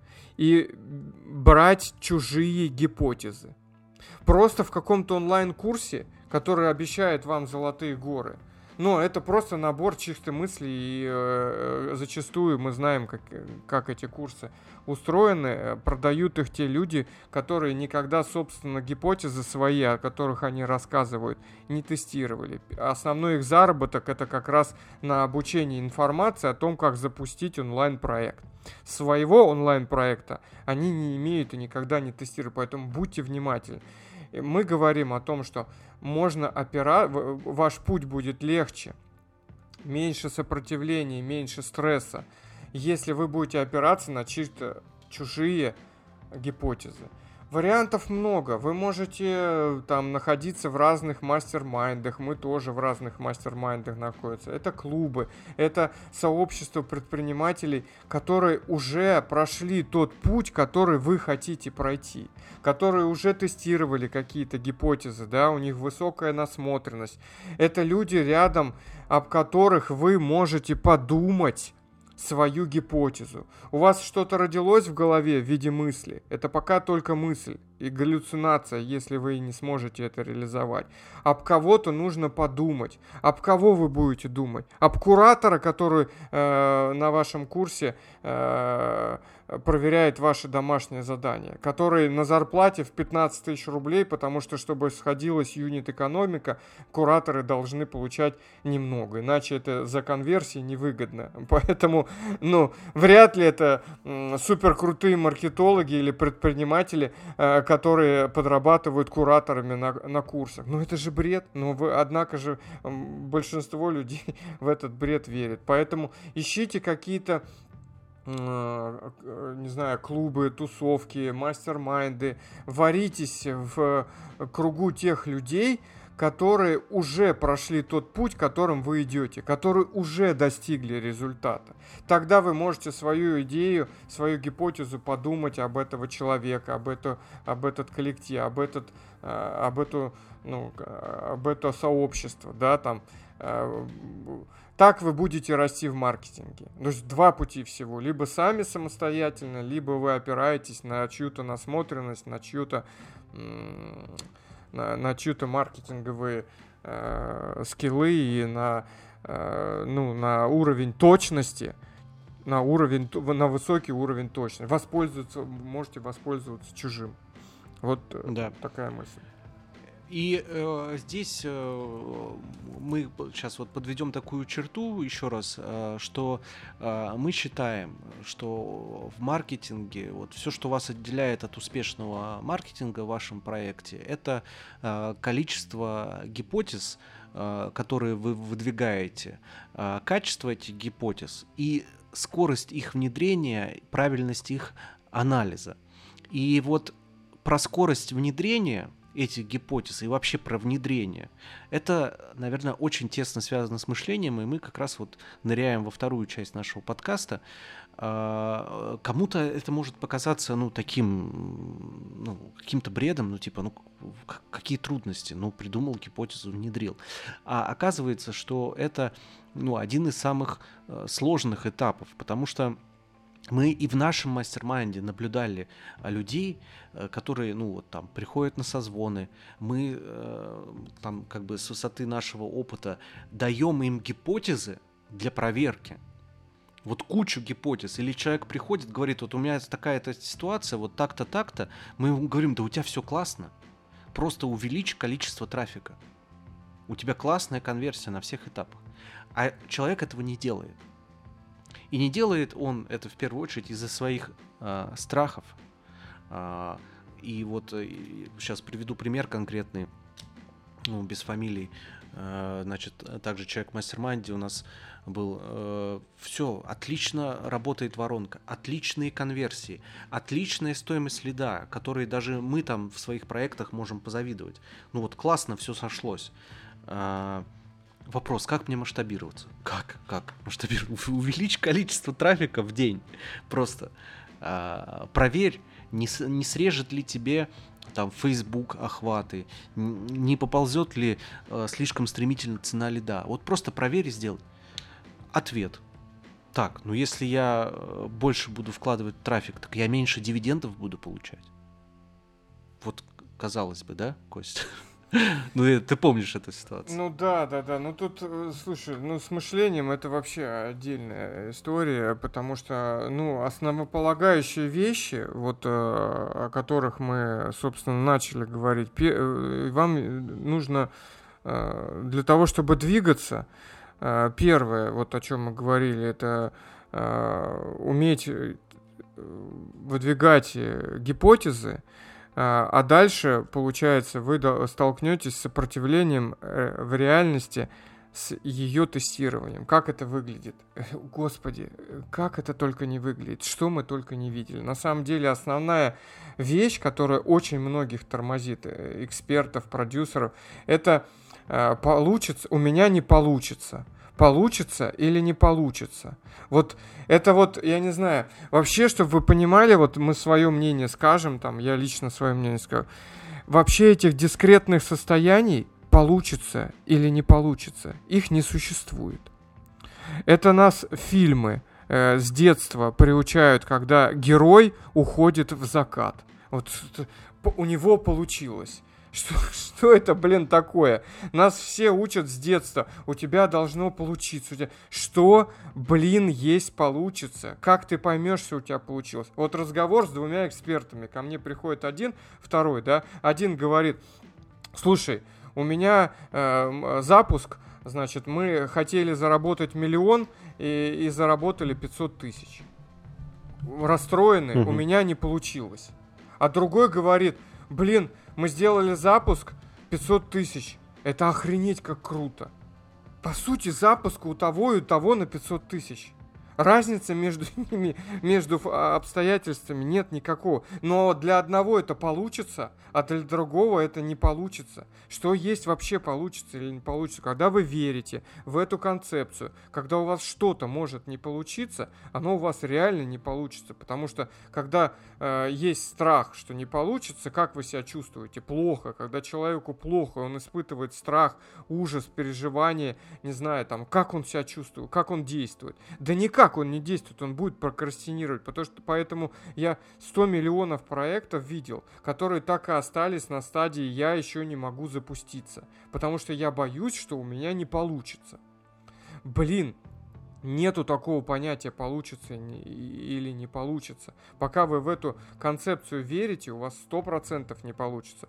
и брать чужие гипотезы. Просто в каком-то онлайн-курсе, который обещает вам золотые горы. Но это просто набор чистых мыслей, и э, зачастую мы знаем, как, как эти курсы устроены. Продают их те люди, которые никогда, собственно, гипотезы свои, о которых они рассказывают, не тестировали. Основной их заработок – это как раз на обучении информации о том, как запустить онлайн-проект. Своего онлайн-проекта они не имеют и никогда не тестируют, поэтому будьте внимательны. Мы говорим о том, что можно опирать, ваш путь будет легче, меньше сопротивления, меньше стресса, если вы будете опираться на чисто чужие гипотезы. Вариантов много. Вы можете там находиться в разных мастер-майндах. Мы тоже в разных мастер-майндах находимся. Это клубы, это сообщество предпринимателей, которые уже прошли тот путь, который вы хотите пройти, которые уже тестировали какие-то гипотезы, да, у них высокая насмотренность. Это люди рядом, об которых вы можете подумать свою гипотезу. У вас что-то родилось в голове в виде мысли. Это пока только мысль и галлюцинация, если вы не сможете это реализовать. Об кого-то нужно подумать. Об кого вы будете думать? Об куратора, который э, на вашем курсе э, проверяет ваши домашние задания, который на зарплате в пятнадцать тысяч рублей, потому что, чтобы сходилась юнит-экономика, кураторы должны получать немного, иначе это за конверсии невыгодно. Поэтому, ну, вряд ли это м, суперкрутые маркетологи или предприниматели, э, которые подрабатывают кураторами на, на курсах. Ну, это же бред. Но вы, однако же, м, большинство людей в этот бред верит. Поэтому ищите какие-то не знаю, клубы, тусовки, мастер-майнды, варитесь в кругу тех людей, которые уже прошли тот путь, которым вы идете, которые уже достигли результата. Тогда вы можете свою идею, свою гипотезу подумать об этого человека, об, это, об этот коллектив, об, этот, об, эту, ну, об это сообщество, да, там. Так вы будете расти в маркетинге. То есть два пути всего. Либо сами самостоятельно, либо вы опираетесь на чью-то насмотренность, на чью-то на, на чью-то маркетинговые э, скиллы и на, э, ну, на уровень точности, на, уровень, на высокий уровень точности. Воспользоваться, можете воспользоваться чужим. Вот да. Такая мысль. И э, здесь э, мы сейчас вот подведем такую черту еще раз, э, что э, мы считаем, что в маркетинге вот все, что вас отделяет от успешного маркетинга в вашем проекте, это э, количество гипотез, э, которые вы выдвигаете, э, качество этих гипотез и скорость их внедрения, правильность их анализа. И вот про скорость внедрения этих гипотез и вообще про внедрение. Это, наверное, очень тесно связано с мышлением, и мы как раз вот ныряем во вторую часть нашего подкаста. Кому-то это может показаться, ну, таким, ну, каким-то бредом, ну, типа, ну, какие трудности, ну, придумал гипотезу, внедрил. А оказывается, что это, ну, один из самых сложных этапов, потому что мы и в нашем мастер-майнде наблюдали людей, которые, ну, вот там, приходят на созвоны, мы э, там, как бы с высоты нашего опыта даем им гипотезы для проверки. Вот кучу гипотез. Или человек приходит, говорит, вот у меня такая-то ситуация, вот так-то, так-то. Мы ему говорим, да у тебя все классно. Просто увеличь количество трафика. У тебя классная конверсия на всех этапах. А человек этого не делает. И не делает он это в первую очередь из-за своих э, страхов. Э, и вот э, сейчас приведу пример конкретный, ну, без фамилий. Э, значит, также человек в мастер-майнде у нас был. Э, все, отлично работает воронка, отличные конверсии, отличная стоимость лида, которые даже мы там в своих проектах можем позавидовать. Ну вот классно все сошлось. Э, Вопрос, как мне масштабироваться? Как? Как масштабироваться? Увеличь количество трафика в день. Просто а, проверь, не, не срежет ли тебе там Facebook охваты, не поползет ли а, слишком стремительно цена лида. Вот просто проверь и сделай. Ответ. Так, ну если я больше буду вкладывать в трафик, так я меньше дивидендов буду получать. Вот казалось бы, да, Костя? Ну, ты помнишь эту ситуацию. Ну да, да, да. Ну тут, слушай, ну с мышлением это вообще отдельная история, потому что, ну, основополагающие вещи, вот о которых мы, собственно, начали говорить, вам нужно для того, чтобы двигаться, первое, вот о чем мы говорили, это уметь выдвигать гипотезы. А дальше, получается, вы столкнетесь с сопротивлением в реальности с ее тестированием. Как это выглядит? Господи, как это только не выглядит, что мы только не видели. На самом деле основная вещь, которая очень многих тормозит, экспертов, продюсеров, это получится, у меня не получится. Получится или не получится. Вот это вот, я не знаю, вообще, чтобы вы понимали, вот мы свое мнение скажем, там, я лично свое мнение скажу, вообще этих дискретных состояний получится или не получится, их не существует. Это нас фильмы э, с детства приучают, когда герой уходит в закат. Вот у него получилось. Что, что это, блин, такое? Нас все учат с детства. У тебя должно получиться. У тебя... Что, блин, есть получится? Как ты поймешь, что у тебя получилось? Вот разговор с двумя экспертами. Ко мне приходит один, второй, да? Один говорит, слушай, у меня э, запуск, значит, мы хотели заработать миллион и, и заработали пятьсот тысяч. Расстроенный, угу. У меня не получилось. А другой говорит, блин, мы сделали запуск пятьсот тысяч. Это охренеть как круто. По сути, запуск у того и у того на пятьсот тысяч. Разницы между ними, между обстоятельствами нет никакого. Но для одного это получится, а для другого это не получится. Что есть вообще получится или не получится? Когда вы верите в эту концепцию, когда у вас что-то может не получиться, оно у вас реально не получится. Потому что когда э, есть страх, что не получится, как вы себя чувствуете? Плохо. Когда человеку плохо, он испытывает страх, ужас, переживание, не знаю, там, как он себя чувствует, как он действует. Да никак. Как он не действует, он будет прокрастинировать, потому что поэтому я сто миллионов проектов видел, которые так и остались на стадии «я еще не могу запуститься», потому что я боюсь, что у меня не получится. Блин, нету такого понятия «получится» или «не получится». Пока вы в эту концепцию верите, у вас сто процентов не получится.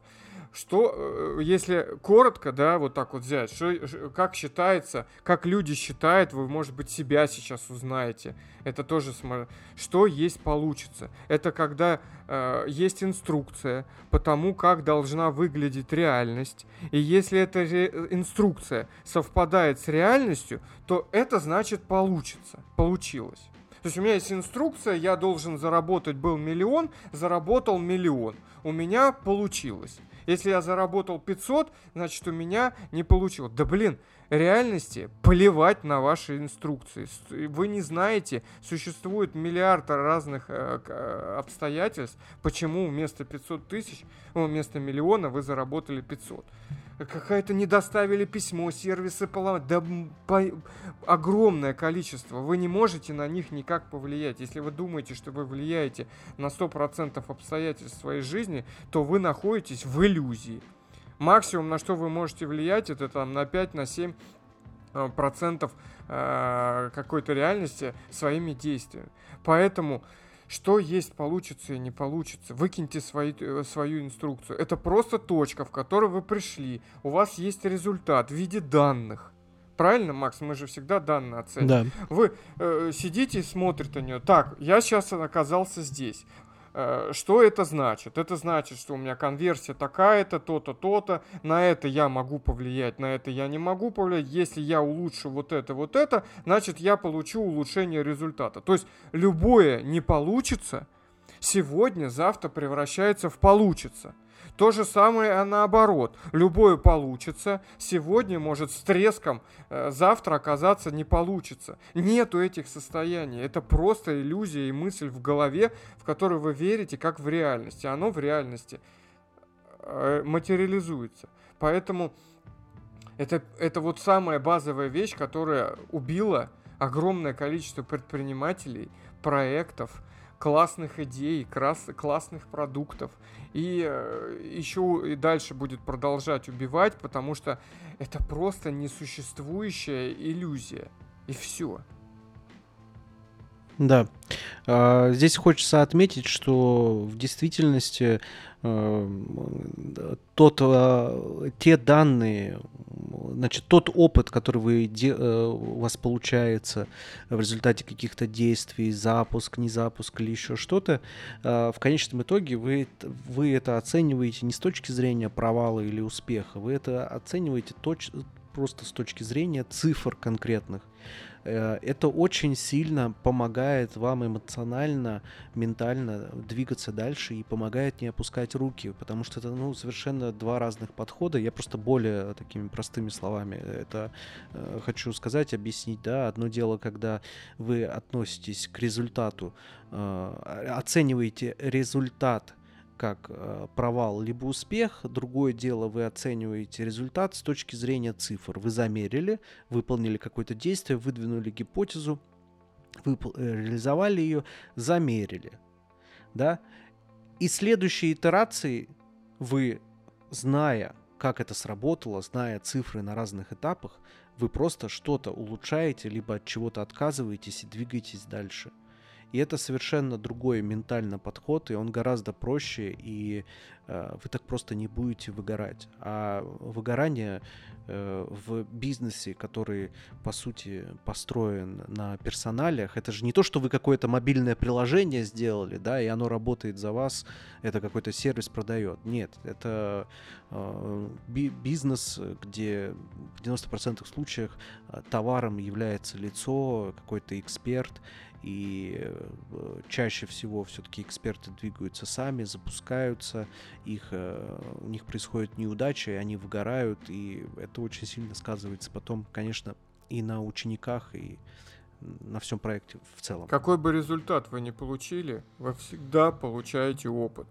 Что, если коротко, да, вот так вот взять, что, как считается, как люди считают, вы, может быть, себя сейчас узнаете. Это тоже, см... что есть получится. Это когда э, есть инструкция по тому, как должна выглядеть реальность. И если эта ре... инструкция совпадает с реальностью, то это значит получится, получилось. То есть у меня есть инструкция, я должен заработать был миллион, заработал миллион. У меня получилось. Если я заработал пятьсот, значит у меня не получилось. Да блин, реальности плевать на ваши инструкции. Вы не знаете, существует миллиард разных э, обстоятельств, почему вместо пятьсот тысяч, ну, вместо миллиона вы заработали пятьсот. Какая-то не доставили письмо, сервисы поломать. Да по... огромное количество. Вы не можете на них никак повлиять. Если вы думаете, что вы влияете на сто процентов обстоятельств своей жизни, то вы находитесь в иллюзии. Максимум, на что вы можете влиять, это там на пять-семь процентов э, какой-то реальности своими действиями. Поэтому что есть получится и не получится. Выкиньте свои, свою инструкцию. Это просто точка, в которую вы пришли. У вас есть результат в виде данных. Правильно, Макс? Мы же всегда данные оцениваем. Да. Вы э, сидите и смотрите на нее. Так, я сейчас оказался здесь. Э, что это значит? Это значит, что у меня конверсия такая-то, то-то, то-то. На это я могу повлиять, на это я не могу повлиять. Если я улучшу вот это, вот это, значит, я получу улучшение результата. То есть любое не получится сегодня, завтра превращается в получится. То же самое наоборот. Любое получится, сегодня может с треском, э, завтра оказаться не получится. Нету этих состояний. Это просто иллюзия и мысль в голове, в которую вы верите, как в реальности. Оно в реальности э, материализуется. Поэтому это, это вот самая базовая вещь, которая убила огромное количество предпринимателей, проектов, классных идей, крас- классных продуктов. И э, еще и дальше будет продолжать убивать, потому что это просто несуществующая иллюзия. И все. Да. А, здесь хочется отметить, что в действительности тот, те данные, значит, тот опыт, который вы, у вас получается в результате каких-то действий, запуск, не запуск или еще что-то, в конечном итоге вы, вы это оцениваете не с точки зрения провала или успеха, вы это оцениваете точ, просто с точки зрения цифр конкретных. Это очень сильно помогает вам эмоционально, ментально двигаться дальше и помогает не опускать руки, потому что это, ну, совершенно два разных подхода. Я просто более такими простыми словами это э, хочу сказать, объяснить. Да? Одно дело, когда вы относитесь к результату, э, оцениваете результат как э, провал либо успех. Другое дело, вы оцениваете результат с точки зрения цифр. Вы замерили, выполнили какое-то действие, выдвинули гипотезу, выпол- реализовали ее, замерили. Да? И следующие итерации вы, зная, как это сработало, зная цифры на разных этапах, вы просто что-то улучшаете, либо от чего-то отказываетесь и двигаетесь дальше. И это совершенно другой ментальный подход, и он гораздо проще, и э, вы так просто не будете выгорать. А выгорание э, в бизнесе, который, по сути, построен на персоналиях, это же не то, что вы какое-то мобильное приложение сделали, да, и оно работает за вас, это какой-то сервис продает. Нет, это э, би- бизнес, где в девяноста процентах случаев э, товаром является лицо, какой-то эксперт, и э, чаще всего все-таки эксперты двигаются сами, запускаются, их, э, у них происходят неудачи, и они выгорают, и это очень сильно сказывается потом, конечно, и на учениках, и на всем проекте в целом. Какой бы результат вы ни получили, вы всегда получаете опыт.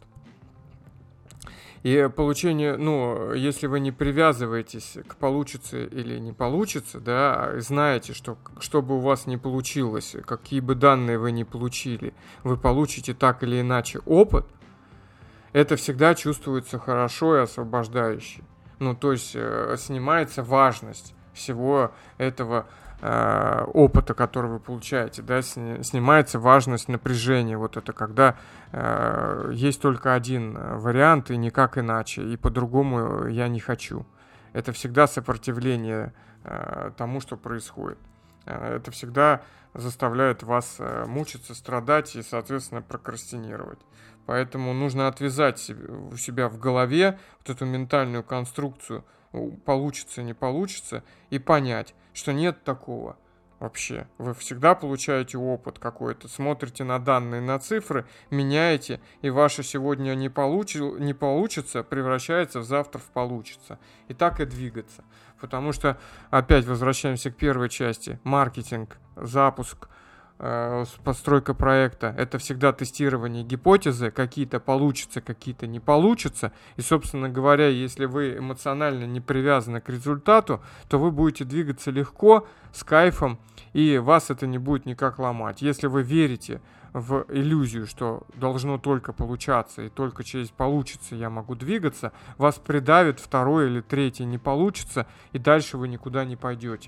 И получение, ну, если вы не привязываетесь к получится или не получится, да, знаете, что, что бы у вас не получилось, какие бы данные вы не получили, вы получите так или иначе опыт, это всегда чувствуется хорошо и освобождающе. Ну, то есть э, снимается важность всего этого э, опыта, который вы получаете, да, снимается важность напряжения. Вот это когда э, есть только один вариант и никак иначе, и по-другому я не хочу. Это всегда сопротивление э, тому, что происходит. Это всегда заставляет вас э, мучиться, страдать и, соответственно, прокрастинировать. Поэтому нужно отвязать у себя в голове вот эту ментальную конструкцию, получится, не получится, и понять, что нет такого вообще. Вы всегда получаете опыт какой-то, смотрите на данные, на цифры, меняете, и ваше сегодня не, получи, не получится превращается в завтра в получится. И так и двигаться. Потому что, опять возвращаемся к первой части, маркетинг, запуск, постройка проекта, это всегда тестирование гипотезы, какие-то получатся, какие-то не получатся, и, собственно говоря, если вы эмоционально не привязаны к результату, то вы будете двигаться легко, с кайфом, и вас это не будет никак ломать. Если вы верите в иллюзию, что должно только получаться, и только через получится я могу двигаться, вас придавит второй или третий не получится, и дальше вы никуда не пойдете.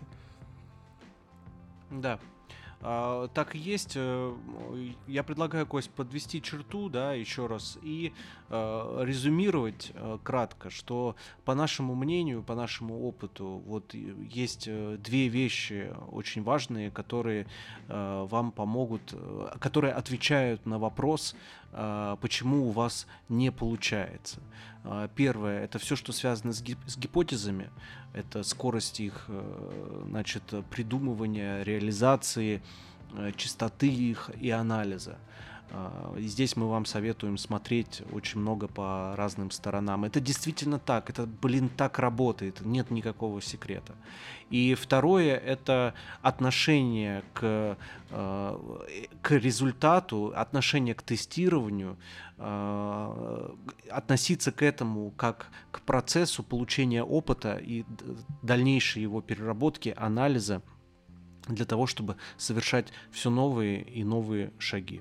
Да. Uh, так и есть. Я предлагаю, Кость, подвести черту, да, еще раз, и uh, резюмировать uh, кратко, что по нашему мнению, по нашему опыту, вот есть uh, две вещи очень важные, которые uh, вам помогут, uh, которые отвечают на вопрос, uh, почему у вас не получается. Uh, первое — это все, что связано с, гип- с гипотезами, это скорость их, значит, придумывания, реализации, частоты их и анализа. И здесь мы вам советуем смотреть очень много по разным сторонам. Это действительно так, это, блин, так работает, нет никакого секрета. И второе — это отношение к, к результату, отношение к тестированию, относиться к этому как к процессу получения опыта и дальнейшей его переработки, анализа, для того, чтобы совершать все новые и новые шаги.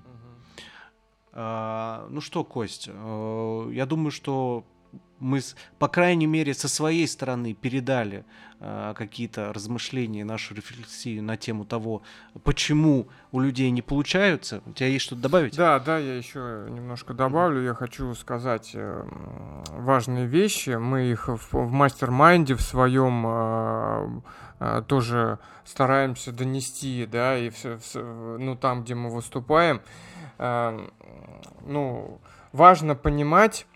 Uh, ну что, Кость, uh, я думаю, что мы, по крайней мере, со своей стороны передали uh, какие-то размышления, нашу рефлексию на тему того, почему у людей не получаются. У тебя есть что-то добавить? Да, да, я еще немножко добавлю. Я хочу сказать э, важные вещи. Мы их в, в мастер-майнде в своем э, э, тоже стараемся донести, да, и все, все, ну, там, где мы выступаем. Э, ну, важно понимать,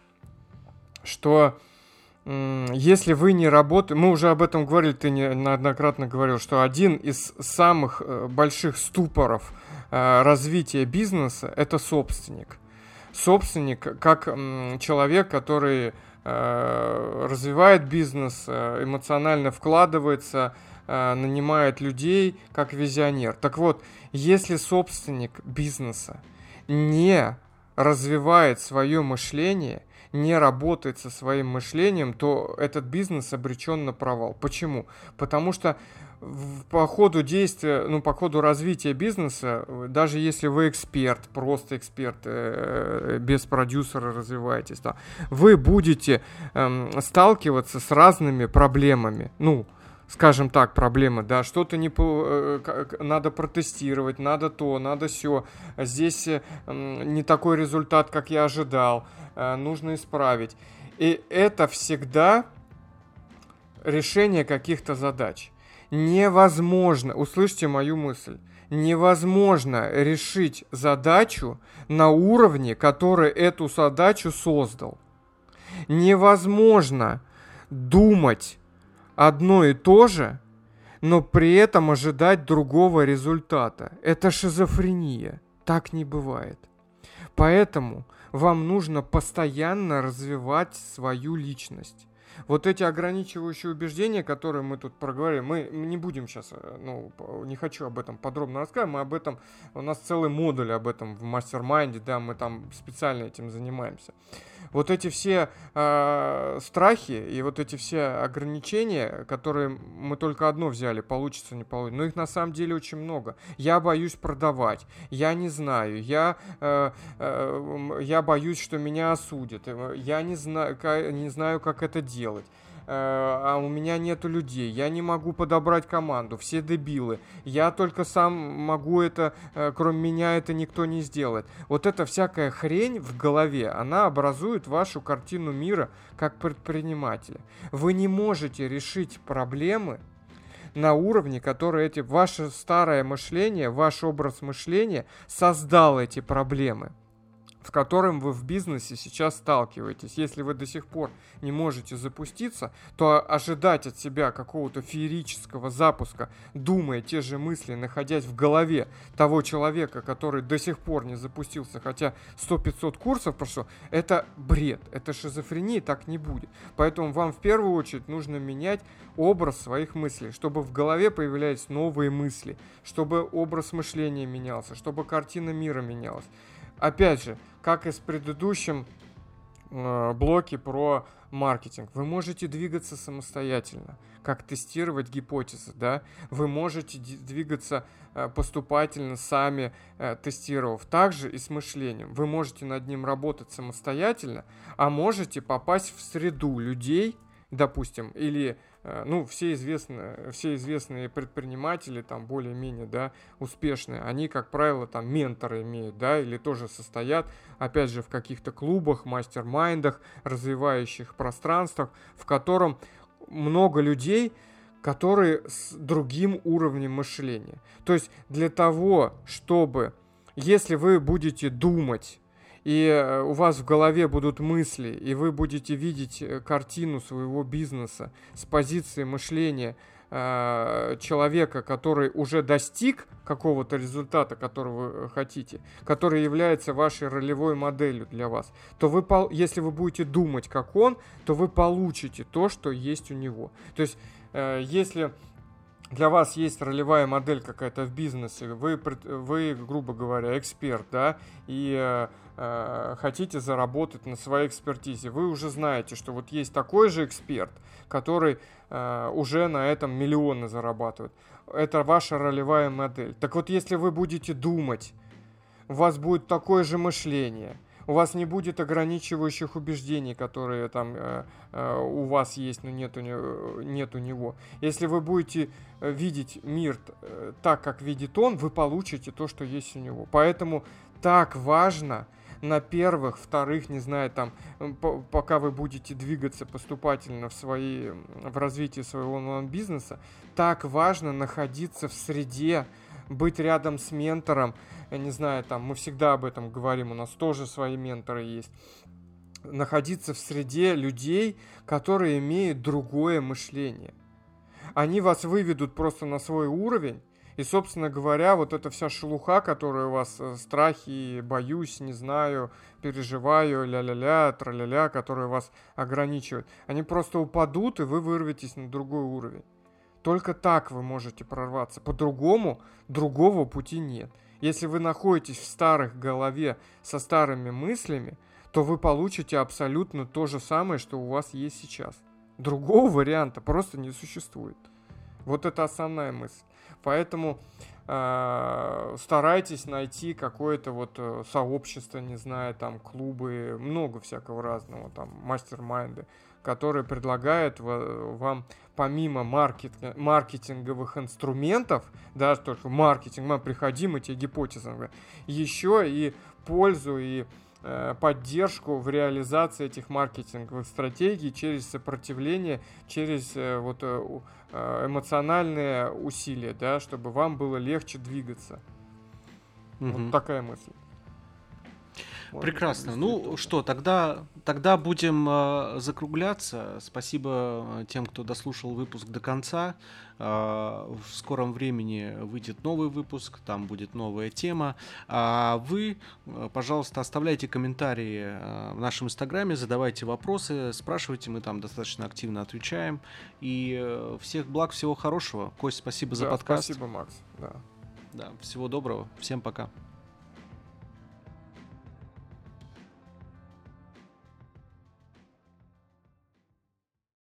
что э, если вы не работаете, мы уже об этом говорили, ты неоднократно говорил, что один из самых э, больших ступоров э, развития бизнеса — это собственник. Собственник как э, человек, который э, развивает бизнес, э, эмоционально вкладывается, э, нанимает людей как визионер. Так вот, если собственник бизнеса не развивает свое мышление, не работает со своим мышлением, то этот бизнес обречен на провал. Почему? Потому что в, по ходу действия, ну, по ходу развития бизнеса, даже если вы эксперт, просто эксперт, э, без продюсера развиваетесь, да, вы будете э, сталкиваться с разными проблемами. Ну, скажем так, проблемы, да, что-то не по, надо протестировать, надо то, надо сё, здесь не такой результат, как я ожидал, нужно исправить. И это всегда решение каких-то задач. Невозможно, услышьте мою мысль, невозможно решить задачу на уровне, который эту задачу создал. Невозможно думать одно и то же, но при этом ожидать другого результата. Это шизофрения. Так не бывает. Поэтому вам нужно постоянно развивать свою личность. Вот эти ограничивающие убеждения, которые мы тут проговорили, мы не будем сейчас, ну, не хочу об этом подробно рассказывать, мы об этом, у нас целый модуль об этом в мастер-майнде, да, мы там специально этим занимаемся. Вот эти все э, страхи и вот эти все ограничения, которые мы только одно взяли, получится, не получится, но их на самом деле очень много. Я боюсь продавать, я не знаю, я, э, э, я боюсь, что меня осудят, я не знаю, не знаю, как это делать. А у меня нету людей, я не могу подобрать команду, все дебилы, я только сам могу это, кроме меня это никто не сделает. Вот эта всякая хрень в голове, она образует вашу картину мира как предпринимателя. Вы не можете решить проблемы на уровне, который эти, ваше старое мышление, ваш образ мышления создал эти проблемы, с которым вы в бизнесе сейчас сталкиваетесь. Если вы до сих пор не можете запуститься, то ожидать от себя какого-то феерического запуска, думая те же мысли, находясь в голове того человека, который до сих пор не запустился, хотя сто-пятьсот курсов прошло, это бред, это шизофрения, так не будет. Поэтому вам в первую очередь нужно менять образ своих мыслей, чтобы в голове появлялись новые мысли, чтобы образ мышления менялся, чтобы картина мира менялась. Опять же, как и с предыдущим э, блоке про маркетинг, вы можете двигаться самостоятельно, как тестировать гипотезы, да, вы можете двигаться э, поступательно, сами э, тестировав. Также и с мышлением. Вы можете над ним работать самостоятельно, а можете попасть в среду людей, допустим, или ну, все известные, все известные предприниматели, там, более-менее, да, успешные, они, как правило, там, менторы имеют, да, или тоже состоят, опять же, в каких-то клубах, мастер-майндах, развивающих пространствах, в котором много людей, которые с другим уровнем мышления. То есть для того, чтобы, если вы будете думать, и у вас в голове будут мысли, и вы будете видеть картину своего бизнеса с позиции мышления э, человека, который уже достиг какого-то результата, которого вы хотите, который является вашей ролевой моделью для вас, то вы, если вы будете думать как он, то вы получите то, что есть у него. То есть, э, если для вас есть ролевая модель какая-то в бизнесе, вы, вы грубо говоря, эксперт, да, и э, хотите заработать на своей экспертизе, вы уже знаете, что вот есть такой же эксперт, который э, уже на этом миллионы зарабатывает. Это ваша ролевая модель. Так вот, если вы будете думать, у вас будет такое же мышление, у вас не будет ограничивающих убеждений, которые там э, э, у вас есть, но нет у, него, нет у него. Если вы будете видеть мир э, так, как видит он, вы получите то, что есть у него. Поэтому так важно на первых, вторых, не знаю, там, по, пока вы будете двигаться поступательно в, свои, в развитии своего онлайн-бизнеса, так важно находиться в среде, быть рядом с ментором. Я не знаю, там, мы всегда об этом говорим, у нас тоже свои менторы есть. Находиться в среде людей, которые имеют другое мышление. Они вас выведут просто на свой уровень, и, собственно говоря, вот эта вся шелуха, которая у вас, страхи, боюсь, не знаю, переживаю, ля-ля-ля, тра-ля-ля, которые вас ограничивают, они просто упадут, и вы вырветесь на другой уровень. Только так вы можете прорваться. По-другому, другого пути нет. Если вы находитесь в старых голове со старыми мыслями, то вы получите абсолютно то же самое, что у вас есть сейчас. Другого варианта просто не существует. Вот это основная мысль. Поэтому э, старайтесь найти какое-то вот сообщество, не знаю, там клубы, много всякого разного, там мастер-майнды, который предлагает вам помимо маркет, маркетинговых инструментов, да, только маркетинг, мы приходим, эти гипотезы, еще и пользу и э, поддержку в реализации этих маркетинговых стратегий через сопротивление, через э, вот, э, эмоциональные усилия, да, чтобы вам было легче двигаться. Угу. Вот такая мысль. Можно Прекрасно. Ну что, тогда, тогда будем э, закругляться. Спасибо тем, кто дослушал выпуск до конца. Э, в скором времени выйдет новый выпуск, там будет новая тема. А вы, пожалуйста, оставляйте комментарии э, в нашем инстаграме, задавайте вопросы, спрашивайте, мы там достаточно активно отвечаем. И э, всех благ, всего хорошего. Кость, спасибо да, за подкаст. Спасибо, Макс. Да. Да, всего доброго. Всем пока.